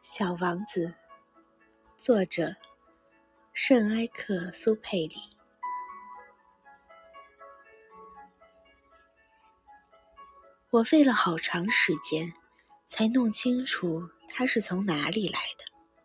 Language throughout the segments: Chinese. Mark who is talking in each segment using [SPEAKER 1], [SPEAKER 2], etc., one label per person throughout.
[SPEAKER 1] 小王子，作者圣埃克苏佩里。我费了好长时间才弄清楚他是从哪里来的。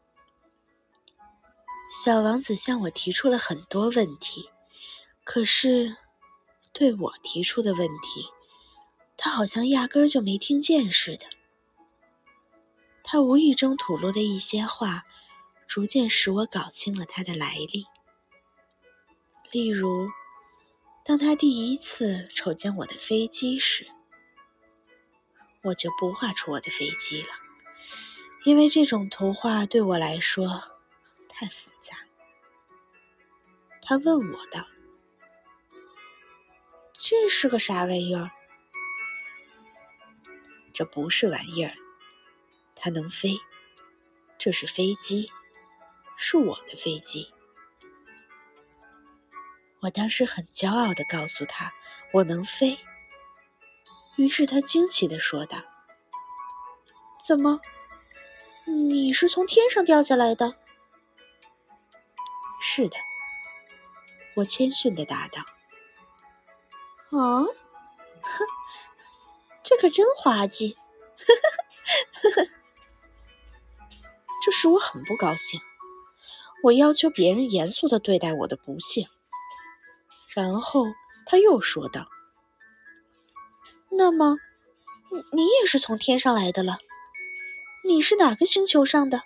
[SPEAKER 1] 小王子向我提出了很多问题，可是对我提出的问题，他好像压根儿就没听见似的。他无意中吐露的一些话，逐渐使我搞清了他的来历。例如，当他第一次瞅见我的飞机时，我就不画出我的飞机了，因为这种图画对我来说太复杂。他问我道：“这是个啥玩意儿？”这不是玩意儿，它能飞，这是飞机，是我的飞机。我当时很骄傲地告诉他我能飞，于是他惊奇地说道：“怎么，你是从天上掉下来的？”“是的。”我谦逊地答道。“啊，哼，这可真滑稽。”这使我很不高兴。我要求别人严肃地对待我的不幸。然后他又说道：“那么，你也是从天上来的了？你是哪个星球上的？”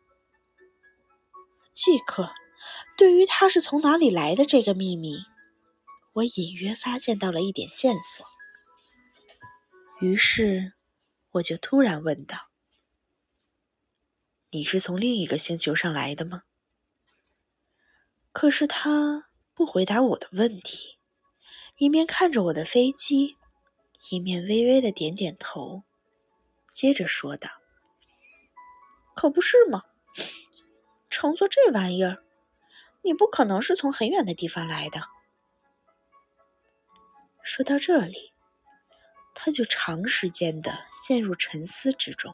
[SPEAKER 1] 即刻，对于他是从哪里来的这个秘密，我隐约发现到了一点线索。于是，我就突然问道：“你是从另一个星球上来的吗？”可是他不回答我的问题，一面看着我的飞机，一面微微地点点头，接着说道：“可不是嘛，乘坐这玩意儿，你不可能是从很远的地方来的。”说到这里，他就长时间地陷入沉思之中，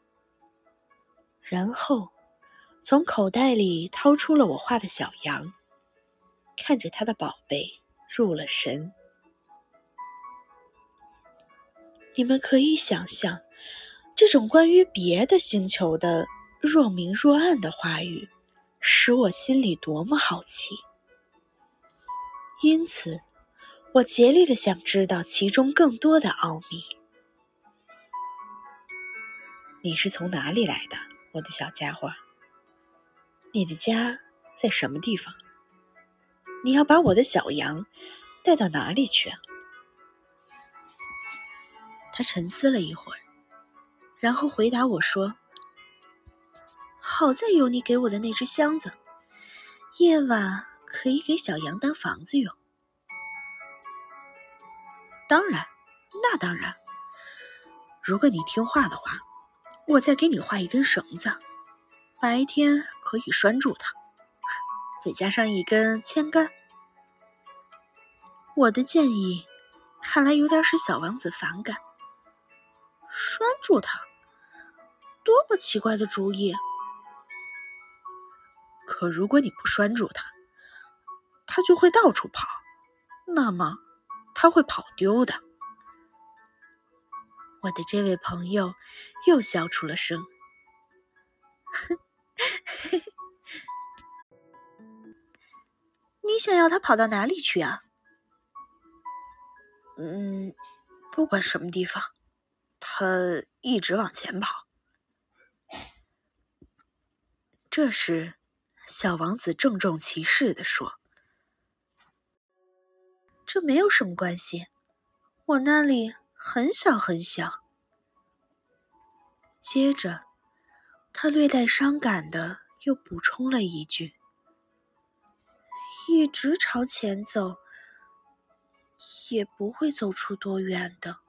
[SPEAKER 1] 然后从口袋里掏出了我画的小羊，看着他的宝贝入了神。你们可以想象，这种关于别的星球的若明若暗的话语，使我心里多么好奇。因此，我竭力地想知道其中更多的奥秘。你是从哪里来的，我的小家伙？你的家在什么地方？你要把我的小羊带到哪里去啊？他沉思了一会儿，然后回答我说：“好在有你给我的那只箱子，夜晚可以给小羊当房子用。”“当然，那当然。如果你听话的话，我再给你画一根绳子，白天可以拴住它，再加上一根铅杆。”我的建议看来有点使小王子反感。拴住它，多么奇怪的主意！可如果你不拴住它，它就会到处跑，那么它会跑丢的。我的这位朋友又笑出了声。你想要它跑到哪里去啊？不管什么地方，它一直往前跑。这时，小王子郑重其事地说：“这没有什么关系，我那里很小很小。”接着，他略带伤感地又补充了一句：“一直朝前走，也不会走出多远的。”